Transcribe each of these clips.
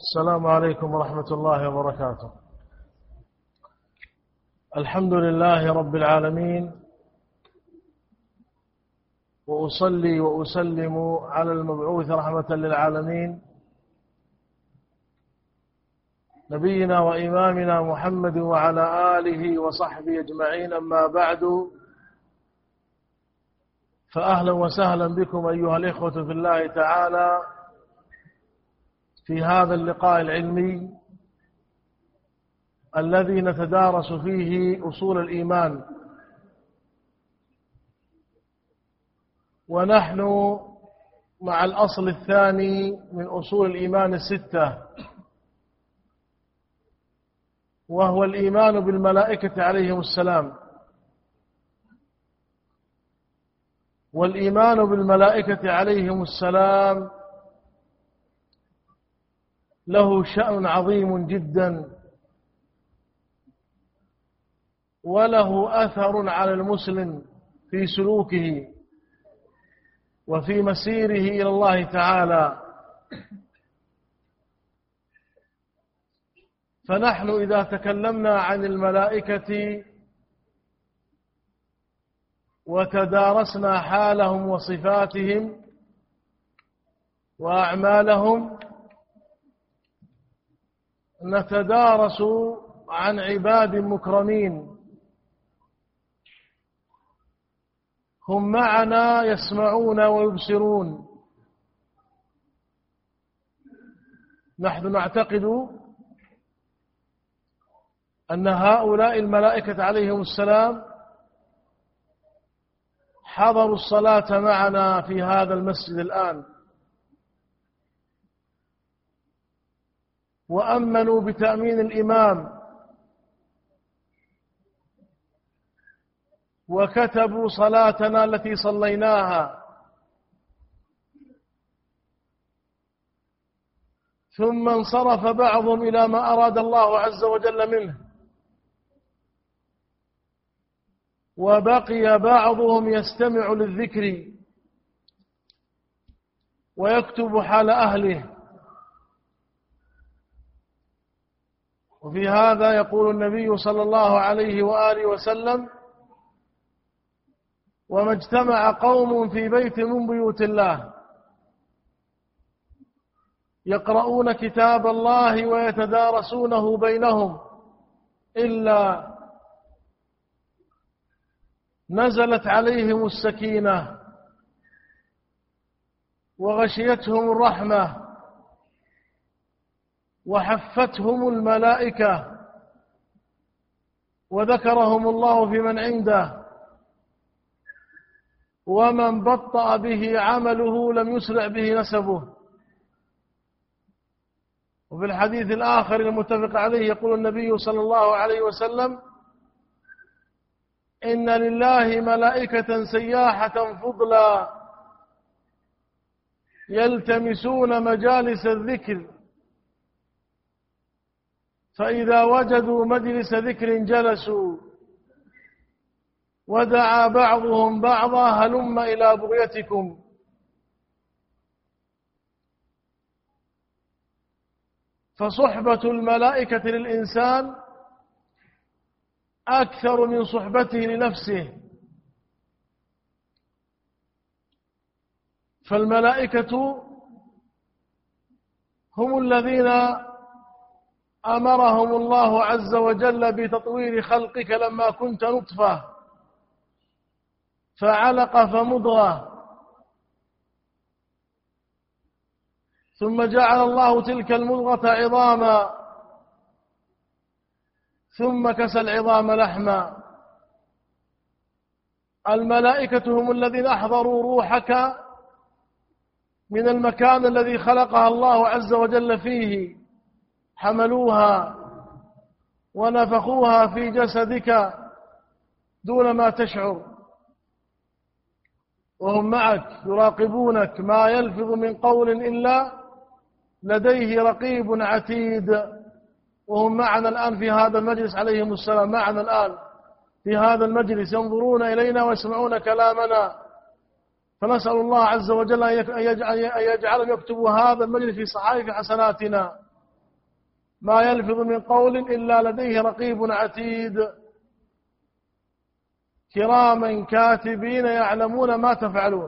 السلام عليكم ورحمة الله وبركاته. الحمد لله رب العالمين، وأصلي وأسلم على المبعوث رحمة للعالمين نبينا وإمامنا محمد وعلى آله وصحبه أجمعين. أما بعد، فأهلا وسهلا بكم أيها الإخوة في الله تعالى في هذا اللقاء العلمي الذي نتدارس فيه أصول الإيمان، ونحن مع الأصل الثاني من أصول الإيمان الستة، وهو الإيمان بالملائكة عليهم السلام. والإيمان بالملائكة عليهم السلام له شأن عظيم جدا، وله أثر على المسلم في سلوكه وفي مسيره إلى الله تعالى. فنحن إذا تكلمنا عن الملائكة وتدارسنا حالهم وصفاتهم وأعمالهم، نتدارس عن عباد مكرمين هم معنا يسمعون ويبصرون. نحن نعتقد أن هؤلاء الملائكة عليهم السلام حضروا الصلاة معنا في هذا المسجد الآن، وأمنوا بتأمين الإمام، وكتبوا صلاتنا التي صليناها، ثم انصرف بعضهم إلى ما أراد الله عز وجل منه، وبقي بعضهم يستمع للذكر ويكتب حال أهله. وفي هذا يقول النبي صلى الله عليه وآله وسلم: وما اجتمع قوم في بيت من بيوت الله يقرؤون كتاب الله ويتدارسونه بينهم إلا نزلت عليهم السكينة وغشيتهم الرحمة وحفتهم الملائكة وذكرهم الله في من عنده، ومن بطأ به عمله لم يسرع به نسبه. وفي الحديث الآخر المتفق عليه يقول النبي صلى الله عليه وسلم: إن لله ملائكة سياحة فضلا يلتمسون مجالس الذكر، فإذا وجدوا مجلس ذكر جلسوا، ودعا بعضهم بعضا هلم إلى بغيتكم. فصحبة الملائكة للإنسان أكثر من صحبته لنفسه. فالملائكة هم الذين أمرهم الله عز وجل بتطوير خلقك لما كنت نطفة فعلق فمضغة، ثم جعل الله تلك المضغة عظاما، ثم كسى العظام لحما. الملائكة هم الذين أحضروا روحك من المكان الذي خلقها الله عز وجل فيه، حملوها ونفخوها في جسدك دون ما تشعر، وهم معك يراقبونك، ما يلفظ من قول إلا لديه رقيب عتيد. وهم معنا الآن في هذا المجلس عليهم السلام، معنا الآن في هذا المجلس ينظرون إلينا ويسمعون كلامنا. فنسأل الله عز وجل أن يجعلهم يكتبوا هذا المجلس في صحائف حسناتنا ما يلفظ من قول إلا لديه رقيب عتيد كراما كاتبين يعلمون ما تفعلون.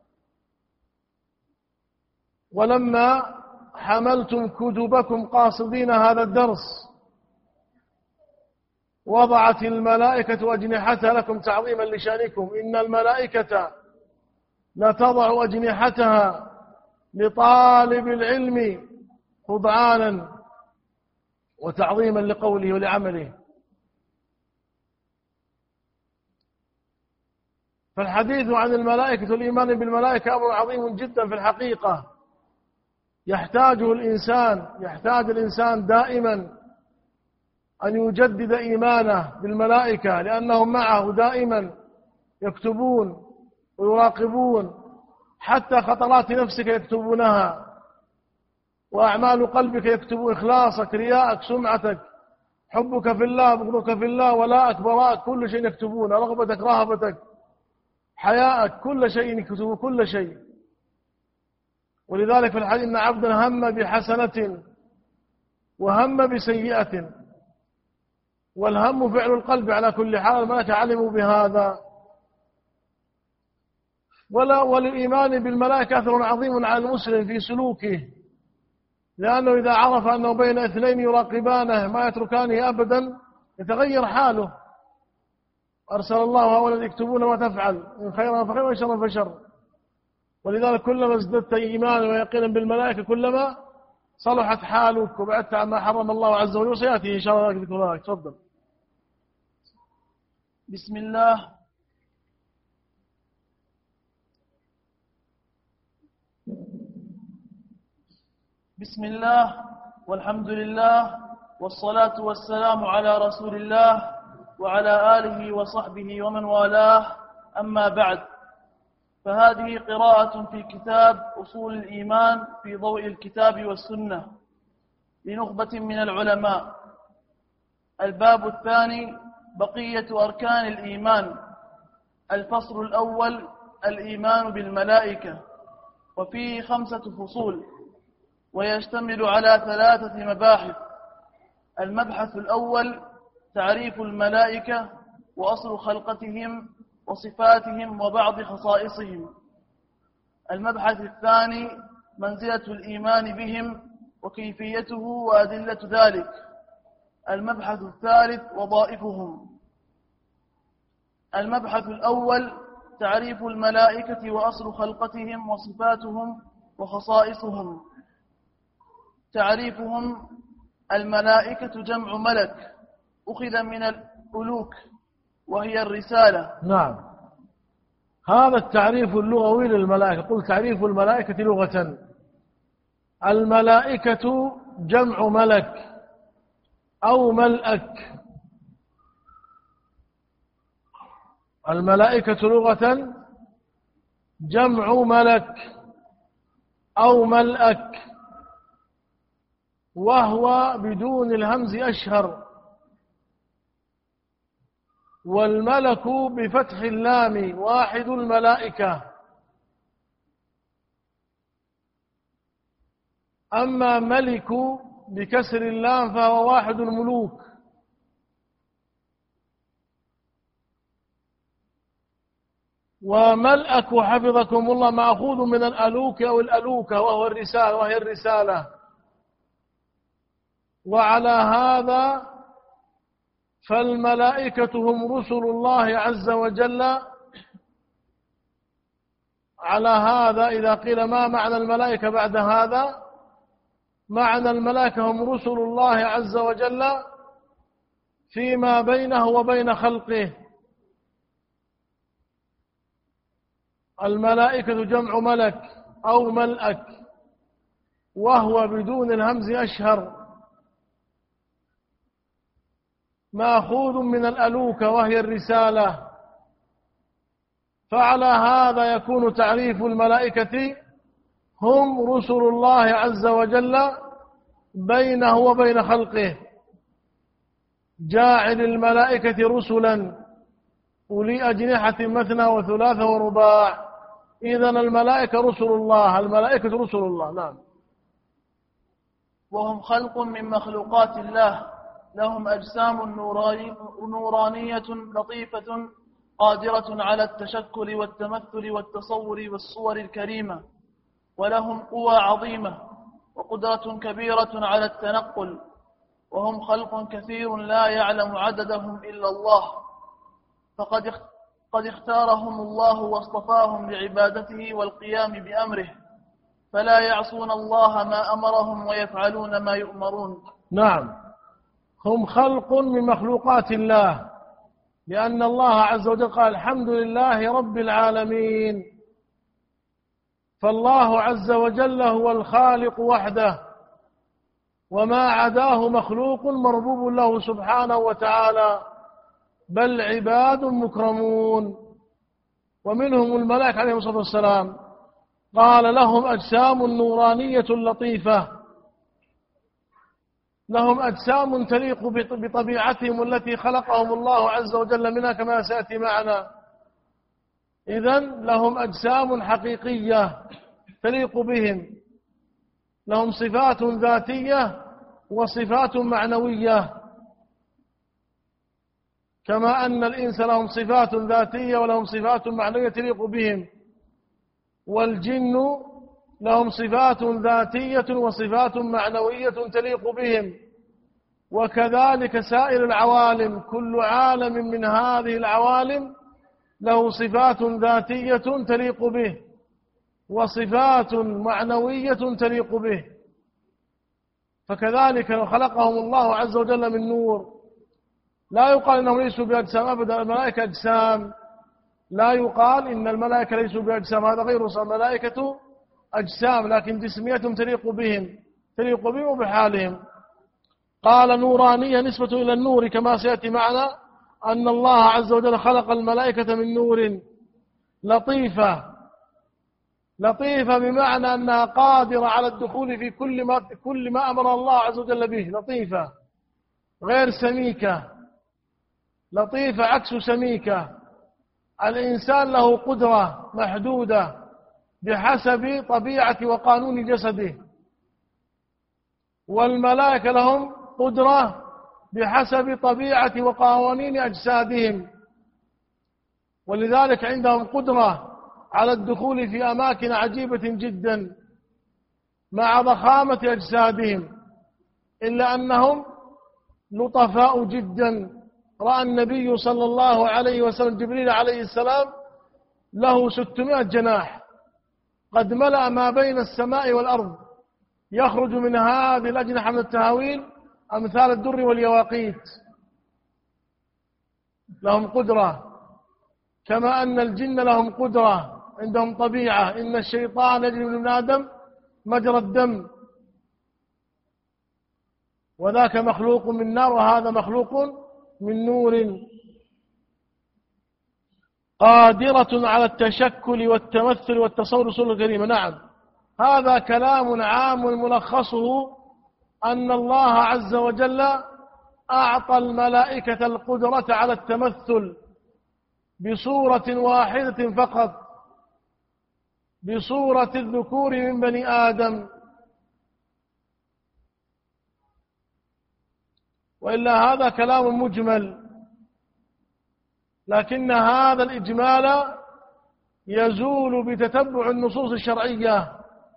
ولما حملتم كتبكم قاصدين هذا الدرس وضعت الملائكة أجنحتها لكم تعظيما لشأنكم. إن الملائكة لتضع أجنحتها لطالب العلم خضعانا وتعظيما لقوله ولعمله. فالحديث عن الملائكة والإيمان بالملائكة أمر عظيم جدا في الحقيقة، يحتاج الإنسان دائما أن يجدد إيمانه بالملائكة، لأنهم معه دائما يكتبون ويراقبون، حتى خطرات نفسك يكتبونها، وأعمال قلبك يكتبون، إخلاصك، رياءك، سمعتك، حبك في الله، بغضك في الله، ولاءك، براءك، كل شيء يكتبون، رغبتك، رهبتك، حياءك، كل شيء يكتبون، كل شيء. ولذلك في الحديث إن عبدا هم بحسنة وهم بسيئة، والهم فعل القلب على كل حال، الملائكة علموا بهذا. وللإيمان بالملائكة أثر عظيم على المسلم في سلوكه، لأنه إذا عرف أنه بين اثنين يراقبانه ما يتركانه أبدا يتغير حاله. أرسل الله هؤلاء يكتبون ما تفعل، إن خيرا فخير وإن شرا فشر. ولذلك كلما ازددت إيمانا ويقينا بالملائكة كلما صلحت حالك وبعدت عما حرم الله عز وجل، وسيأتي إن شاء الله ذكر ذلك. تفضل. بسم الله والحمد لله والصلاة والسلام على رسول الله وعلى آله وصحبه ومن والاه، أما بعد، فهذه قراءة في كتاب أصول الإيمان في ضوء الكتاب والسنة لنخبة من العلماء. الباب الثاني بقية أركان الإيمان. الفصل الأول الإيمان بالملائكة، وفيه 5 فصول، ويشتمل على 3 مباحث. المبحث الأول تعريف الملائكة وأصل خلقتهم وصفاتهم وبعض خصائصهم. المبحث الثاني منزلة الإيمان بهم وكيفيته وأدلة ذلك. المبحث الثالث وظائفهم. المبحث الأول تعريف الملائكة وأصل خلقتهم وصفاتهم وخصائصهم. تعريفهم: الملائكة جمع ملك أخذ من الألوك وهي الرسالة. نعم، هذا التعريف اللغوي للملائكة. قل تعريف الملائكة لغة: الملائكة جمع ملك أو ملأك. الملائكة لغة جمع ملك أو ملأك، وهو بدون الهمز أشهر، والملك بفتح اللام واحد الملائكة. أما ملك بكسر اللام فهو واحد الملوك. وملأك حفظكم الله مأخوذ من الألوك أو الألوكة، وهو الرسالة، وهي الرسالة. وعلى هذا فالملائكة هم رسل الله عز وجل. على هذا إذا قيل ما معنى الملائكة بعد هذا، معنى الملائكة هم رسل الله عز وجل فيما بينه وبين خلقه. الملائكة جمع ملك أو ملأك، وهو بدون الهمز أشهر، مأخوذ من الألوكة وهي الرسالة. فعلى هذا يكون تعريف الملائكة هم رسل الله عز وجل بينه وبين خلقه، جاعل الملائكة رسلا أولي أجنحة مثنى وثلاث ورباع. إذن الملائكة رسل الله، الملائكة رسل الله. نعم. وهم خلق من مخلوقات الله، لهم أجسام نورانية لطيفة قادرة على التشكل والتمثل والتصور والصور الكريمة، ولهم قوى عظيمة وقدرة كبيرة على التنقل، وهم خلق كثير لا يعلم عددهم إلا الله، قد اختارهم الله واصطفاهم لعبادته والقيام بأمره، فلا يعصون الله ما أمرهم ويفعلون ما يؤمرون. نعم، هم خلق من مخلوقات الله، لأن الله عز وجل قال الحمد لله رب العالمين، فالله عز وجل هو الخالق وحده، وما عداه مخلوق مربوب له سبحانه وتعالى، بل عباد مكرمون. ومنهم الملائكة عليهم الصلاة والسلام، قال لهم أجسام نورانية لطيفة، لهم أجسام تليق بطبيعتهم التي خلقهم الله عز وجل منها كما سيأتي معنا. إذن لهم أجسام حقيقية تليق بهم، لهم صفات ذاتية وصفات معنوية، كما أن الإنس لهم صفات ذاتية ولهم صفات معنوية تليق بهم، والجن لهم صفات ذاتية وصفات معنوية تليق بهم، وكذلك سائر العوالم، كل عالم من هذه العوالم له صفات ذاتية تليق به وصفات معنوية تليق به. فكذلك لو خلقهم الله عز وجل من نور، لا يقال إنهم ليسوا بأجسام أبدا، الملائكة أجسام، لا يقال إن الملائكة ليسوا بأجسام، هذا غير صار، الملائكة أجسام لكن جسميتهم تليق بهم وبحالهم. قال نورانية نسبة إلى النور، كما سيأتي معنا أن الله عز وجل خلق الملائكة من نور لطيفة بمعنى أنها قادرة على الدخول في كل ما أمر الله عز وجل به، لطيفة غير سميكة، لطيفة عكس سميكة. الإنسان له قدرة محدودة بحسب طبيعة وقانون جسده، والملائكة لهم قدرة بحسب طبيعة وقوانين أجسادهم، ولذلك عندهم قدرة على الدخول في أماكن عجيبة جدا مع ضخامة أجسادهم، إلا أنهم لطفاء جدا. رأى النبي صلى الله عليه وسلم جبريل عليه السلام له 600 جناح، قد ملأ ما بين السماء والأرض، يخرج من هذه الأجنحة من التهاويل أمثال الدر واليواقيت، لهم قدرة. كما أن الجن لهم قدرة، عندهم طبيعة، إن الشيطان يجري من ابن آدم مجرى الدم، وذاك مخلوق من نار وهذا مخلوق من نور، قادرة على التشكل والتمثل والتصور صورة الكريمة. نعم، هذا كلام عام ملخصه أن الله عز وجل أعطى الملائكة القدرة على التمثل بصورة واحدة فقط، بصورة الذكور من بني آدم، وإلا هذا كلام مجمل، لكن هذا الإجمال يزول بتتبع النصوص الشرعية.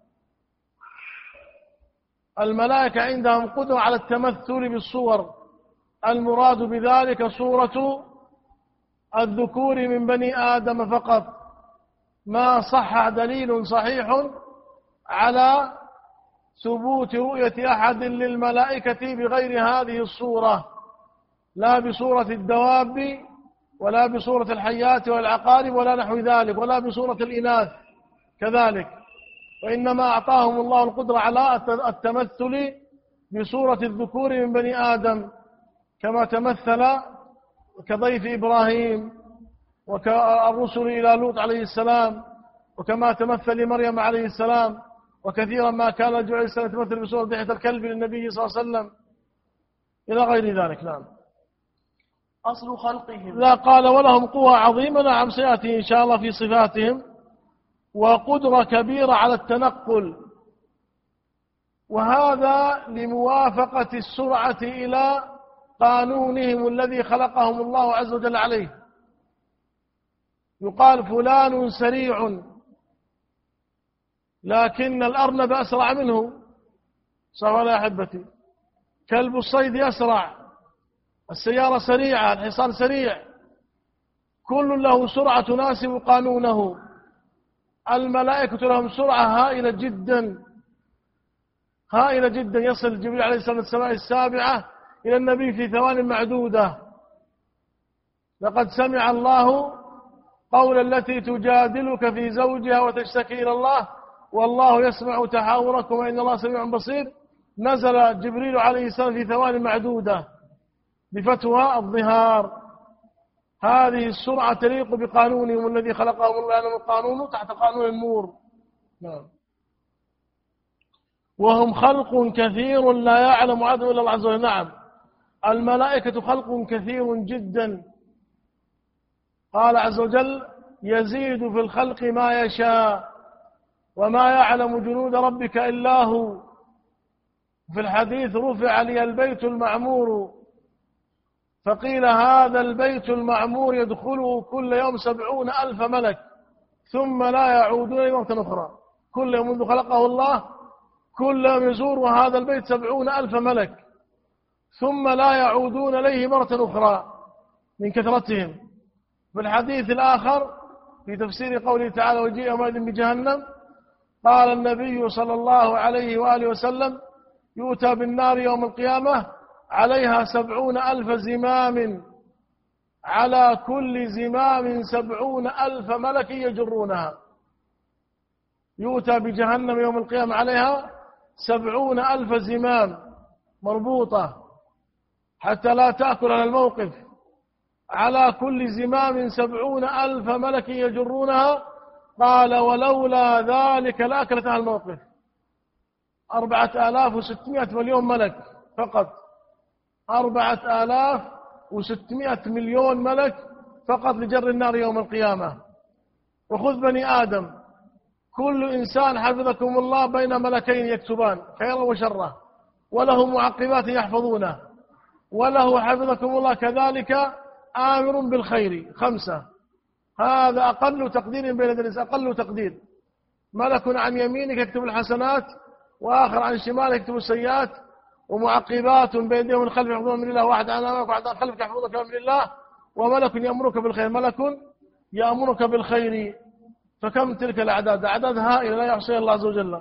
الملائكة عندهم قدرة على التمثل بالصور، المراد بذلك صورة الذكور من بني آدم فقط، ما صح دليل صحيح على ثبوت رؤية أحد للملائكة بغير هذه الصورة، لا بصورة الدواب ولا بصورة الحيات والعقارب ولا نحو ذلك، ولا بصورة الإناث كذلك، وإنما أعطاهم الله القدرة على التمثل بصورة الذكور من بني آدم، كما تمثل كضيف إبراهيم وكالرسل إلى لوط عليه السلام، وكما تمثل لمريم عليه السلام، وكثيرا ما كان الرجل عليه السلام يتمثل بصورة ضحية الكلب للنبي صلى الله عليه وسلم إلى غير ذلك. نعم. أصل خلقهم، لا، قال ولهم قوة عظيمة. نعم، سيأتي إن شاء الله في صفاتهم، وقدرة كبيرة على التنقل، وهذا لموافقة السرعة إلى قانونهم الذي خلقهم الله عز وجل عليه. يقال فلان سريع لكن الأرنب أسرع منه، صح ولا يا أحبتي؟ كلب الصيد أسرع، السيارة سريعة، الحصان سريع، كل له سرعة تناسب قانونه. الملائكة لهم سرعة هائلة جدا، هائلة جدا، يصل جبريل عليه السلام السماء السابعة إلى النبي في ثوان معدودة. لقد سمع الله قول التي تجادلك في زوجها وتشتكي إلى الله والله يسمع تحاوركم وإن الله سميع بصير. نزل جبريل عليه السلام في ثوان معدودة بفتوى الظهار. هذه السرعة تليق بقانونهم الذي خلقهم الله، لأنه قانونه تحت قانون النور. وهم خلق كثير لا يعلم عدد إلا الله عز وجل. نعم، الملائكة خلق كثير جدا. قال عز وجل يزيد في الخلق ما يشاء وما يعلم جنود ربك إلا هو. في الحديث رفع لي البيت المعمور، فقيل هذا البيت المعمور يدخله كل يوم 70,000 ملك ثم لا يعودون إليه مرة أخرى. كل يوم منذ خلقه الله كل يوم يزور هذا البيت 70,000 ملك ثم لا يعودون إليه مرة أخرى من كثرتهم. في الحديث الآخر في تفسير قوله تعالى وجيء يومئذ بجهنم قال النبي صلى الله عليه وآله وسلم يؤتى بالنار يوم القيامة عليها 70,000 زمام، على كل زمام 70,000 ملك يجرونها. يؤتى بجهنم يوم القيامة عليها 70,000 زمام مربوطة حتى لا تأكل على الموقف، على كل زمام 70,000 ملك يجرونها. قال ولولا ذلك لأكلتها الموقف. 4,600 مليون ملك فقط، 4,600 مليون ملك فقط لجر النار يوم القيامة. وخذ بني آدم، كل إنسان حفظكم الله بين ملكين يكتبان خيرا وشره، وله معقبات يحفظونه، وله حفظكم الله كذلك آمر بالخير 5. هذا أقل تقدير بين الناس، أقل تقدير. ملك عن يمينك يكتب الحسنات وآخر عن شمالك يكتب السيئات، ومعقبات بين يديه ومن خلفه يحفظون من الله، واحد عن أمامك وواحد عن خلفك يحفظونك من الله، وملك يأمرك بالخير، ملك يأمرك بالخير. فكم تلك الأعداد؟ أعداد هائلة لا يحصيها الله عز وجل.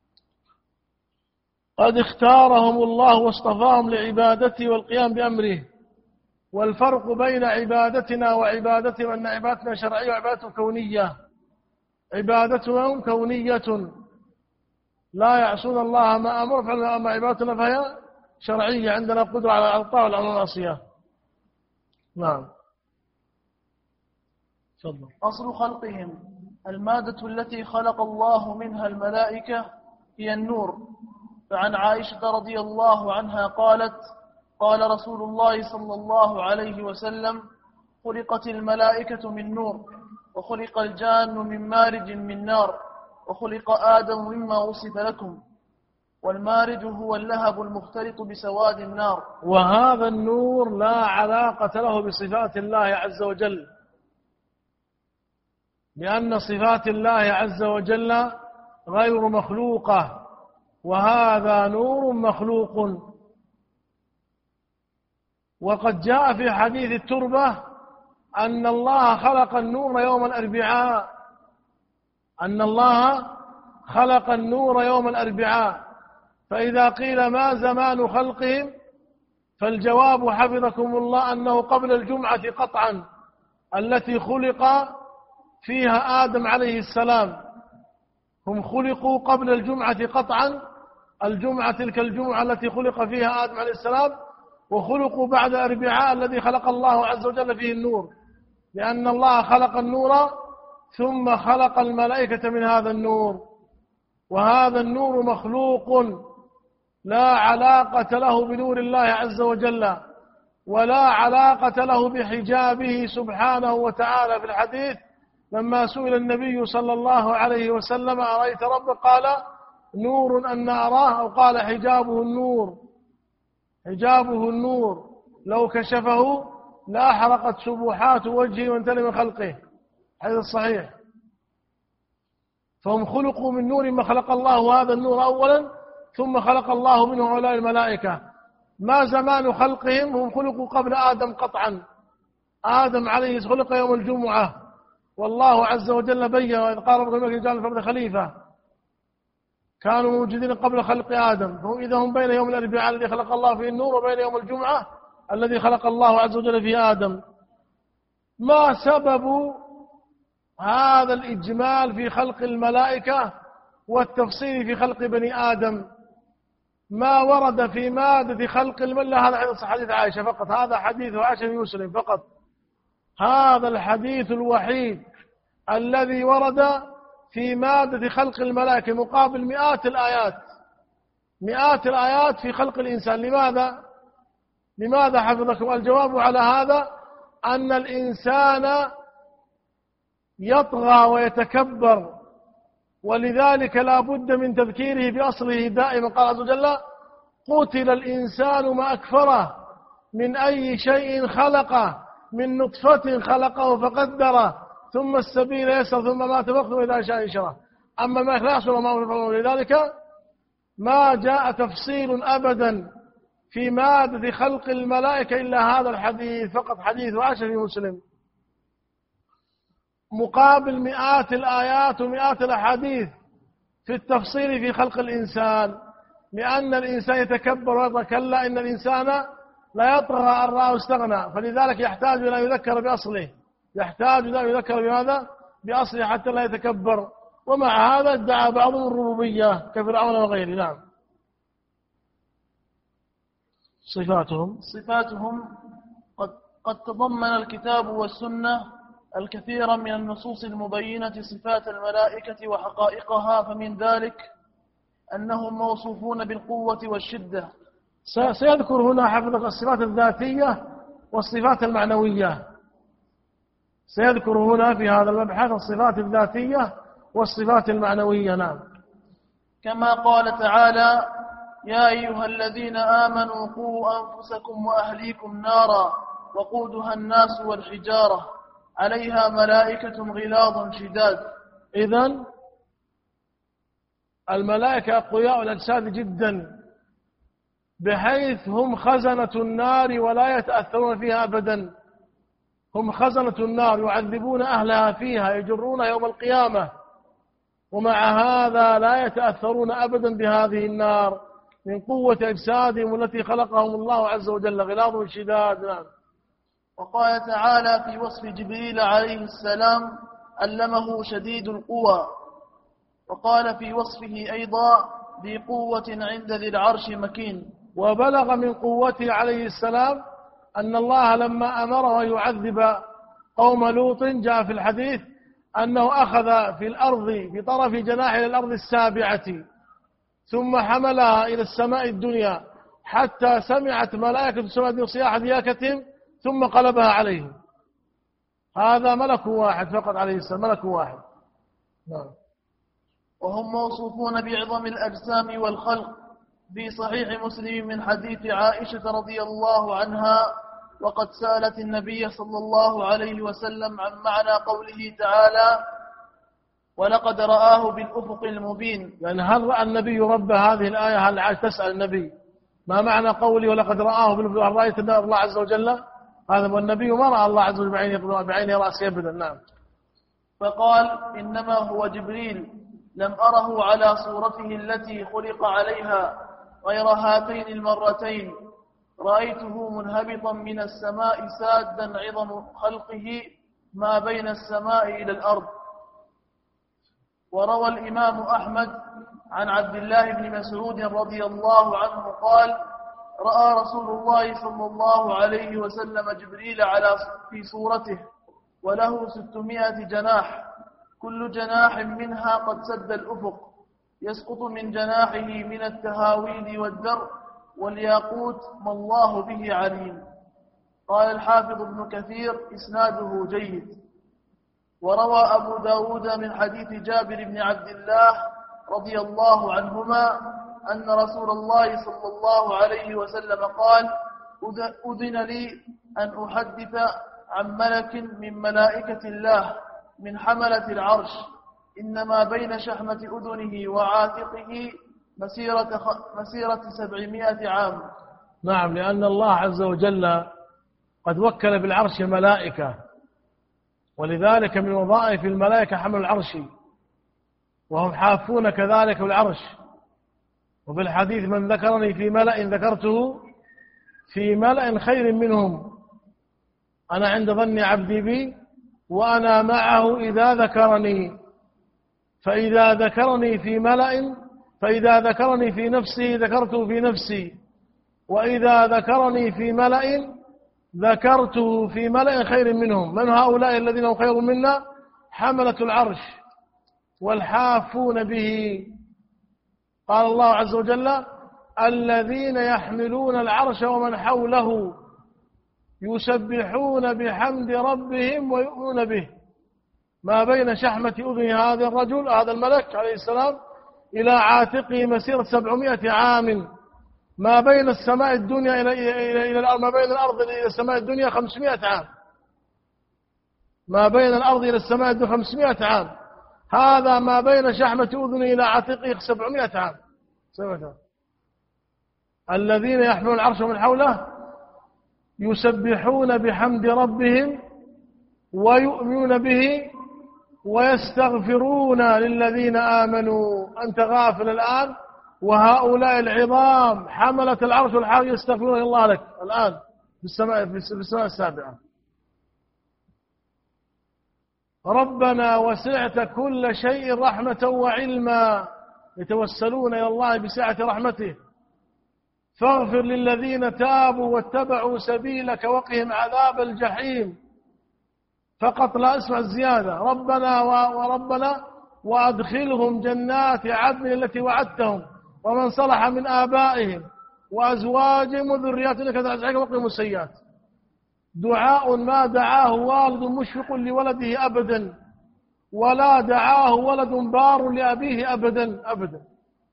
قد اختارهم الله واصطفاهم لعبادته والقيام بأمره. والفرق بين عبادتنا وعبادتهم أن عبادتنا شرعية وعبادتهم كونية. عبادتهم كونية لا يعصون الله ما أمر فعلا، أما عبادتنا فهي شرعية، عندنا قدرة على الطاعة وعلى المعصية. نعم. تفضل. أصل خلقهم المادة التي خلق الله منها الملائكة هي النور. فعن عائشة رضي الله عنها قالت قال رسول الله صلى الله عليه وسلم خلقت الملائكة من نور، وخلق الجان من مارج من نار، وخلق آدم مما وصف لكم، والمارج هو اللهب المختلط بسواد النار. وهذا النور لا علاقة له بصفات الله عز وجل، لأن صفات الله عز وجل غير مخلوقة، وهذا نور مخلوق. وقد جاء في حديث التربة أن الله خلق النور يوم الأربعاء، أن الله خلق النور يوم الأربعاء. فإذا قيل ما زمان خلقهم فالجواب حفظكم الله أنه قبل الجمعة قطعا التي خلق فيها آدم عليه السلام. هم خلقوا قبل الجمعة قطعا، الجمعة تلك الجمعة التي خلق فيها آدم عليه السلام، وخلقوا بعد أربعاء الذي خلق الله عز وجل فيه النور، لأن الله خلق النور ثم خلق الملائكة من هذا النور. وهذا النور مخلوق لا علاقة له بنور الله عز وجل، ولا علاقة له بحجابه سبحانه وتعالى. في الحديث لما سئل النبي صلى الله عليه وسلم أرأيت ربك؟ قال نور أن أراه، أو قال حجابه النور، حجابه النور لو كشفه لأحرقت سبحات وجهه وانتل من خلقه، هذا الصحيح. فهم خلقوا من نور ما خلق الله هذا النور أولا، ثم خلق الله منه هؤلاء الملائكة. ما زمان خلقهم؟ هم خلقوا قبل آدم قطعا. آدم عليه خلق يوم الجمعة، والله عز وجل بين وإذ قال ربكم رجال الفرد خليفة، كانوا موجودين قبل خلق آدم، فهم إذا هم بين يوم الأربعاء الذي خلق الله فيه النور وبين يوم الجمعة الذي خلق الله عز وجل فيه آدم. ما سبب هذا الإجمال في خلق الملائكة والتفصيل في خلق بني آدم؟ ما ورد في مادة خلق الملة؟ هذا حديث عائشة فقط، هذا حديث عائشة في مسلم فقط، هذا الحديث الوحيد الذي ورد في مادة خلق الملائكة مقابل مئات الآيات، مئات الآيات في خلق الإنسان. لماذا حفظكم؟ الجواب على هذا أن الإنسان يطغى ويتكبر، ولذلك لا بد من تذكيره بأصله دائما. قال عز وجل: قتل الإنسان ما أكفره من أي شيء خلقه، من نطفة خلقه فقدره ثم السبيل يسر ثم مات وقته إذا شاء انشره. أما ما لا يحصل ما هو، لذلك ما جاء تفصيل أبدا في مادة خلق الملائكة إلا هذا الحديث فقط، حديث عائشة في مسلم، مقابل مئات الآيات ومئات الأحاديث في التفصيل في خلق الإنسان. لأن الإنسان يتكبر ويطغى، كلا إن الإنسان لا يطغى أن رآه استغنى، فلذلك يحتاج إلى أن يذكر بأصله، يحتاج إلى أن يذكر بماذا؟ بأصله حتى لا يتكبر. ومع هذا ادعى بعضهم الربوبية كفرعون وغيره. نعم. صفاتهم قد تضمن الكتاب والسنة الكثير من النصوص المبينة صفات الملائكة وحقائقها، فمن ذلك أنهم موصوفون بالقوة والشدة. سيذكر هنا حفظك الصفات الذاتية والصفات المعنوية، سيذكر هنا في هذا المبحث الصفات الذاتية والصفات المعنوية. نعم. كما قال تعالى: يا أيها الذين آمنوا قوا أنفسكم وأهليكم نارا وقودها الناس والحجارة عليها ملائكة غلاظ شداد. إذن الملائكة أقوياء الأجساد جدا، بحيث هم خزنة النار ولا يتأثرون فيها أبدا. هم خزنة النار يعذبون أهلها فيها، يجرون يوم القيامة، ومع هذا لا يتأثرون أبدا بهذه النار من قوة أجسادهم التي خلقهم الله عز وجل، غلاظ شداد. نعم. وقال تعالى في وصف جبريل عليه السلام: علمه شديد القوى. وقال في وصفه أيضا: ذي قوة عند ذي العرش مكين. وبلغ من قوته عليه السلام أن الله لما أمره يعذب قوم لوط جاء في الحديث أنه أخذ في الأرض بطرف جناحه إلى الأرض السابعة، ثم حملها إلى السماء الدنيا حتى سمعت ملائكة السماء صياح دياكتهم ثم قلبها عليهم. هذا ملك واحد فقط عليه السلام، ملك واحد. نعم. وهم موصوفون بعظم الأجسام والخلق. في صحيح مسلم من حديث عائشة رضي الله عنها: وقد سألت النبي صلى الله عليه وسلم عن معنى قوله تعالى: ولقد رآه بالأفق المبين. يعني هل رأى النبي رب هذه الآية؟ هل تسأل النبي ما معنى قوله ولقد رآه بالأفق؟ هل رأيت الله عز وجل؟ هذا والنبي ما رأى الله عز وجل بعينه رأسه أبدا. نعم. فقال: إنما هو جبريل، لم أره على صورته التي خلق عليها غير هاتين المرتين، رأيته منهبطا من السماء سادا عظم خلقه ما بين السماء إلى الأرض. وروى الإمام أحمد عن عبد الله بن مسعود رضي الله عنه قال: رأى رسول الله صلى الله عليه وسلم جبريل في صورته وله 600 جناح، كل جناح منها قد سد الأفق، يسقط من جناحه من التهاويل والدر والياقوت ما الله به عليم. قال الحافظ ابن كثير: إسناده جيد. وروى أبو داود من حديث جابر بن عبد الله رضي الله عنهما أن رسول الله صلى الله عليه وسلم قال: أذن لي أن أحدث عن ملك من ملائكة الله من حملة العرش، إنما بين شحمة أذنه وعاتقه مسيرة 700 عام. نعم، لأن الله عز وجل قد وكل بالعرش ملائكة، ولذلك من وظائف الملائكة حمل العرش، وهم حافون كذلك بالعرش. وفي الحديث: من ذكرني في ملأ ذكرته في ملأ خير منهم، أنا عند ظن عبدي بي وأنا معه إذا ذكرني. فإذا ذكرني في ملأ، فإذا ذكرني في نفسه ذكرته في نفسي، وإذا ذكرني في ملأ ذكرته في ملأ خير منهم. من هؤلاء الذين هم خير منا؟ حملة العرش والحافون به. قال الله عز وجل: الذين يحملون العرش ومن حوله يسبحون بحمد ربهم ويؤمنون به. ما بين شحمة أذن هذا الرجل، هذا الملك عليه السلام، إلى عاتقه مسيرة 700 عام. ما بين السماء الدنيا إلى الأرض، ما بين الأرض إلى السماء الدنيا 500 عام. ما بين الأرض إلى السماء الدنيا 500 عام. هذا ما بين شحمة أذنه إلى عاتقه 700 عام. الذين يحملون العرش ومن حوله يسبحون بحمد ربهم ويؤمنون به ويستغفرون للذين آمنوا. أنت غافل الآن، وهؤلاء العظام حملة العرش والحال يستغفرون الله لك الآن في السماء السابعة. ربنا وسعت كل شيء رحمة وعلما، يتوسلون إلى الله بسعة رحمته. فاغفر للذين تابوا واتبعوا سبيلك وقهم عذاب الجحيم. فقط لا اسمع الزيادة. ربنا وربنا وأدخلهم جنات عدن التي وعدتهم ومن صلح من آبائهم وأزواجهم وذرياتهم إنك تعز عليك وقهم السيئات. دعاء ما دعاه والد مشفق لولده أبدا، ولا دعاه ولد بار لأبيه أبدا أبدا.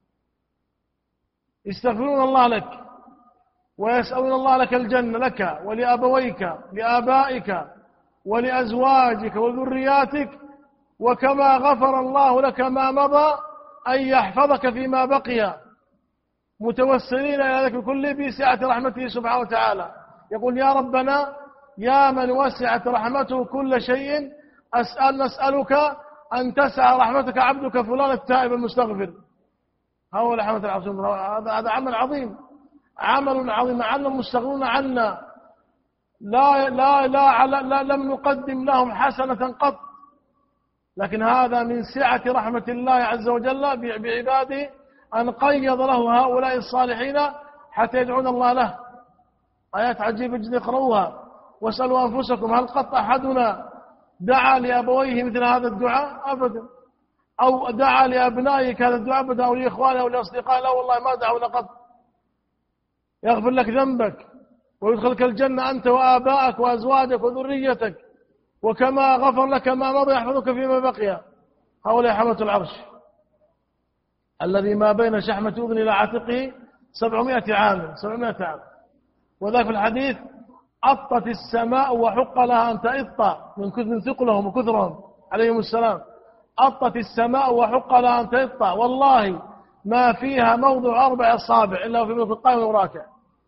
يستغفرون الله لك ويسألون الله لك الجنة، لك ولأبويك لآبائك ولأزواجك وذرياتك، وكما غفر الله لك ما مضى أن يحفظك فيما بقي، متوسلين إلى ذلك كله بسعة رحمته سبحانه وتعالى. يقول: يا ربنا يا من وسعت رحمته كل شيء، نسألك أن تسع رحمتك عبدك فلان التائب المستغفر. هو رحمة العظيم. هذا عمل عظيم، عمل عظيم. عنا المستغفرون عنا لا لم نقدم لهم حسنة قط، لكن هذا من سعة رحمة الله عز وجل بعباده أن قيض له هؤلاء الصالحين حتى يدعون الله له. آيات عجيبة جدا، اقرأوها واسألوا أنفسكم: هل قط أحدنا دعا لأبويه مثل هذا الدعاء؟ أبدا. أو دعا لأبنائك هذا الدعاء أبدا، أو لإخوانه أو لأصدقائه؟ لا والله ما دعوا لقط. يغفر لك ذنبك ويدخلك الجنة أنت وآبائك وأزواجك وذريتك، وكما غفر لك ما مضى يحفظك فيما بقي. هؤلاء حملة العرش الذي ما بين شحمة أذن إلى عاتقه 700 عام. وذاك في الحديث: أطت السماء وحق لها أن تئط من ثقلهم وكثرهم عليهم السلام. أطت السماء وحق لها أن تئط، والله ما فيها موضع 4 أصابع إلا في ملك القائم والراكع.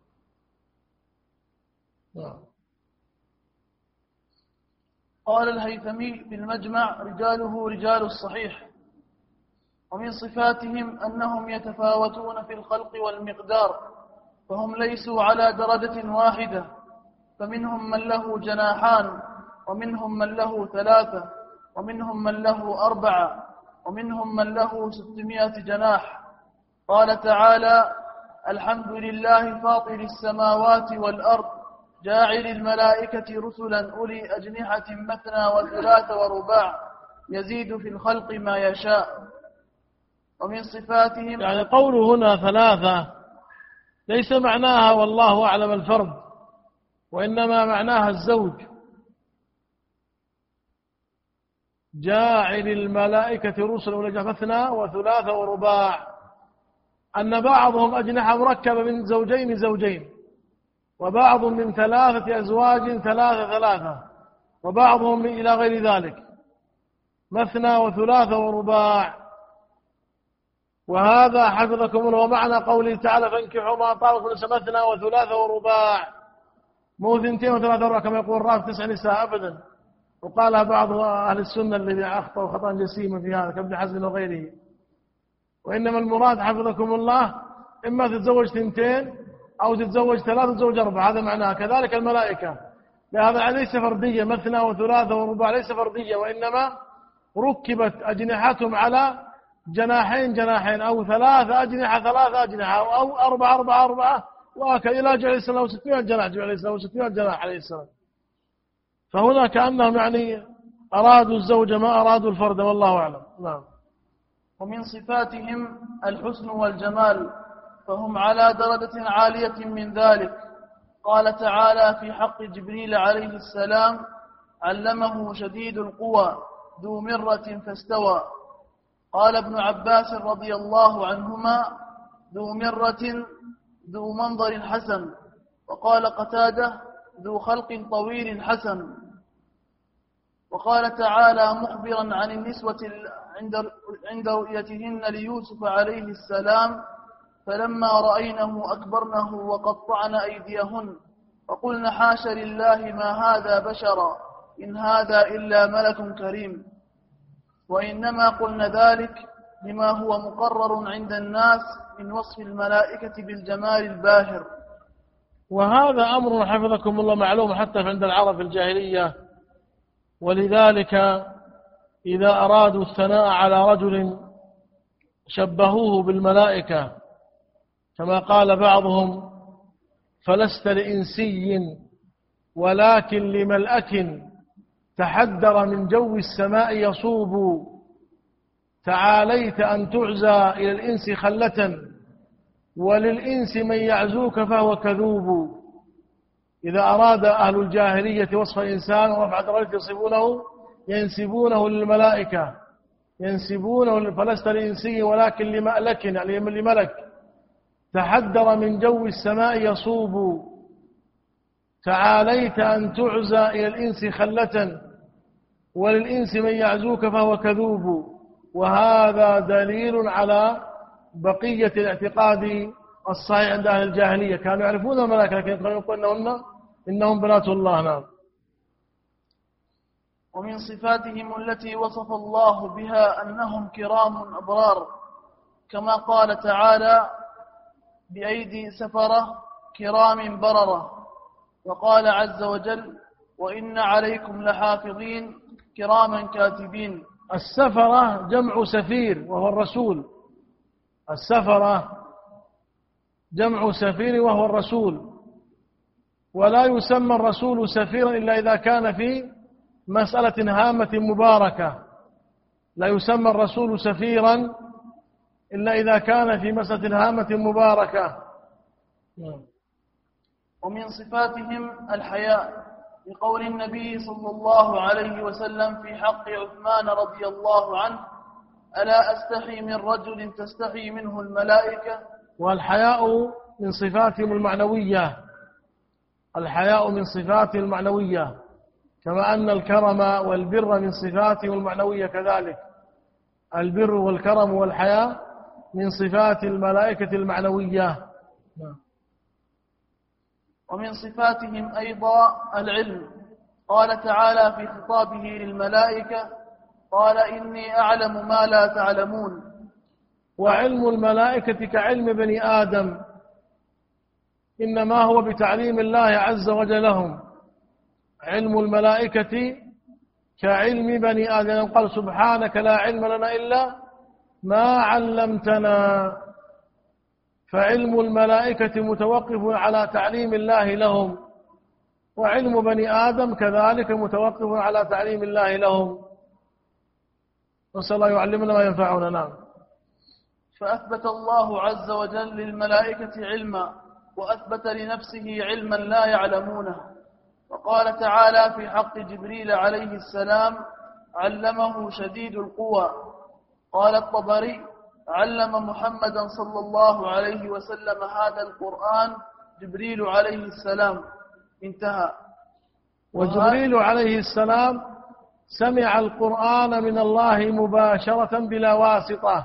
قال الهيثمي بالمجمع: رجاله رجال الصحيح. ومن صفاتهم أنهم يتفاوتون في الخلق والمقدار، فهم ليسوا على درجة واحدة، فمنهم من له جناحان، ومنهم من له 3، ومنهم من له 4، ومنهم من له 600 جناح. قال تعالى: الحمد لله فاطر السماوات والأرض جاعل الملائكة رسلا أولي أجنحة مثنى وثلاث ورباع يزيد في الخلق ما يشاء. ومن صفاتهم، يعني قوله هنا 3 ليس معناها والله أعلم الفرد، وإنما معناها الزوج. جاعل الملائكة رسلا ولجا مثنى وثلاث ورباع، أن بعضهم أجنحة مركبة من زوجين، وبعض من 3 أزواج 3، وبعضهم إلى غير ذلك، مثنى وثلاث ورباع. وهذا حفظكم الله معنى قوله تعالى فانكحوا ما طاب لكم مثنى وثلاث ورباع، مو 2 و3 ورباع كما يقول الراف 9 نساء أبدا. وقالها بعض أهل السنة الذي أخطأوا خطأ جسيما في هذا كابن حزم وغيره. وإنما المراد حفظكم الله إما تتزوج 2 أو تتزوج 3 وتتزوج 4، هذا معناه. كذلك الملائكة، لهذا ليس فردية، مثنى وثلاث ورباع ليس فردية، وإنما ركبت أجنحتهم على جناحين أو 3 أجنحة 3 أجنحة أو 4 وهكذا إلى جعل السلام 600 جناح، جعل السلام 600 جناح عليه السلام. فهنا كأنهم يعني أرادوا الزوج ما أرادوا الفرد، والله أعلم. نعم. ومن صفاتهم الحسن والجمال، فهم على درجة عالية من ذلك. قال تعالى في حق جبريل عليه السلام علمه شديد القوى ذو مرة فاستوى. قال ابن عباس رضي الله عنهما ذو مرة ذو منظر حسن. وقال قتادة ذو خلق طويل حسن. وقال تعالى مخبرا عن النسوة عند رؤيتهن ليوسف عليه السلام فلما رأينه أكبرنه وقطعن أيديهن وقلن حاش لله ما هذا بشرا إن هذا إلا ملك كريم. وإنما قلن ذلك لما هو مقرر عند الناس من وصف الملائكة بالجمال الباهر. وهذا أمر حفظكم الله معلوم حتى عند العرب في الجاهلية، ولذلك إذا أرادوا الثناء على رجل شبهوه بالملائكة، كما قال بعضهم فلست لإنسي ولكن لملأك تحدر من جو السماء يصوب تعاليت أن تعزى إلى الإنس خلة وللإنس من يعزوك فهو كذوب. إذا أراد أهل الجاهلية وصف الإنسان ورفع درجته ينسبونه للملائكة، فلست لإنسي ولكن لملك، يعني لملك تحدر من جو السماء يصوب تعاليت أن تعزى إلى الإنس خلة وللإنس من يعزوك فهو كذوب. وهذا دليل على بقية الاعتقاد الصحيح عند أهل الجاهلية، كانوا يعرفون الملائكة لكن يقولون إنهم بنات الله. نعم. ومن صفاتهم التي وصف الله بها أنهم كرام أبرار، كما قال تعالى بأيدي سفرة كرام بررة. وقال عز وجل وإن عليكم لحافظين كراما كاتبين. السفرة جمع سفير وهو الرسول، السفرة جمع سفير وهو الرسول، ولا يسمى الرسول سفيرا إلا إذا كان في مسألة هامة مباركة، لا يسمى الرسول سفيرا إلا إذا كان في مسألة هامة مباركة. ومن صفاتهم الحياء، لقول النبي صلى الله عليه وسلم في حق عثمان رضي الله عنه ألا أستحي من رجل تستحي منه الملائكة. والحياء من صفاتهم المعنوية، الحياء من صفاتهم المعنوية، كما أن الكرم والبر من صفاتهم المعنوية كذلك. البر والكرم والحياء من صفات الملائكة المعنوية. ومن صفاتهم أيضا العلم. قال تعالى في خطابه للملائكة قال إني أعلم ما لا تعلمون. وعلم الملائكة كعلم بني آدم، إنما هو بتعليم الله عز وجل لهم. علم الملائكة كعلم بني آدم، قال سبحانك لا علم لنا إلا ما علمتنا. فعلم الملائكة متوقف على تعليم الله لهم، وعلم بني آدم كذلك متوقف على تعليم الله لهم. نسأل الله يعلمنا ما ينفعنا. نعم. فأثبت الله عز وجل للملائكة علما، وأثبت لنفسه علما لا يعلمونه. وقال تعالى في حق جبريل عليه السلام علمه شديد القوى. قال الطبري: علم محمدا صلى الله عليه وسلم هذا القرآن جبريل عليه السلام. انتهى. وجبريل عليه السلام سمع القرآن من الله مباشرة بلا واسطة.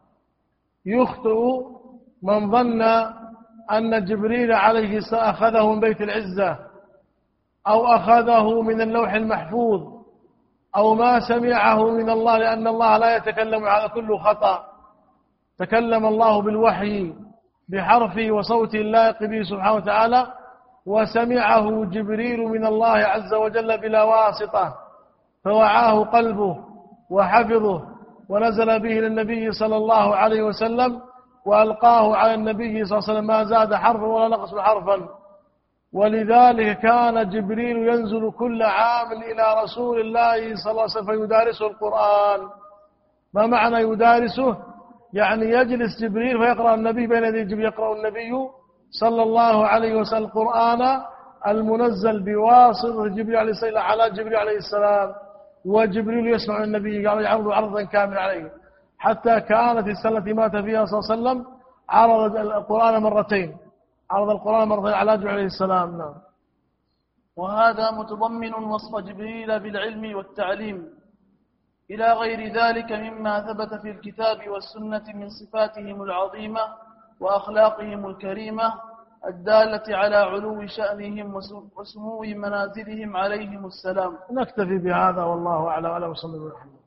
يخطئ من ظن أن جبريل عليه السلام أخذه من بيت العزة أو أخذه من اللوح المحفوظ أو ما سمعه من الله، لأن الله لا يتكلم على كل خطأ. تكلم الله بالوحي بحرفه وصوته اللائق به سبحانه وتعالى، وسمعه جبريل من الله عز وجل بلا واسطة، فوعاه قلبه وحفظه ونزل به للنبي صلى الله عليه وسلم وألقاه على النبي صلى الله عليه وسلم، ما زاد حرفا ولا نقص حرفا. ولذلك كان جبريل ينزل كل عام إلى رسول الله صلى الله عليه وسلم فيدارسه القرآن. ما معنى يدارسه؟ يعني يجلس جبريل فيقرأ النبي بين يدي جبريل، يقرأ النبي صلى الله عليه وسلم القرآن المنزل بواسطة جبريل عليه السلام على جبريل عليه السلام، وجبريل يسمع النبي يعرض عرضا كاملا عليه، حتى كانت السنة التي مات فيها صلى الله عليه وسلم عرض القرآن مرتين، عرض القرآن مرتين على جبريل عليه السلام. نعم. وهذا متضمن وصف جبريل بالعلم والتعليم إلى غير ذلك مما ثبت في الكتاب والسنة من صفاتهم العظيمة وأخلاقهم الكريمة الدالة على علو شأنهم وسمو منازلهم عليهم السلام. نكتفي بهذا والله أعلم. وصلى الله عليه وسلم.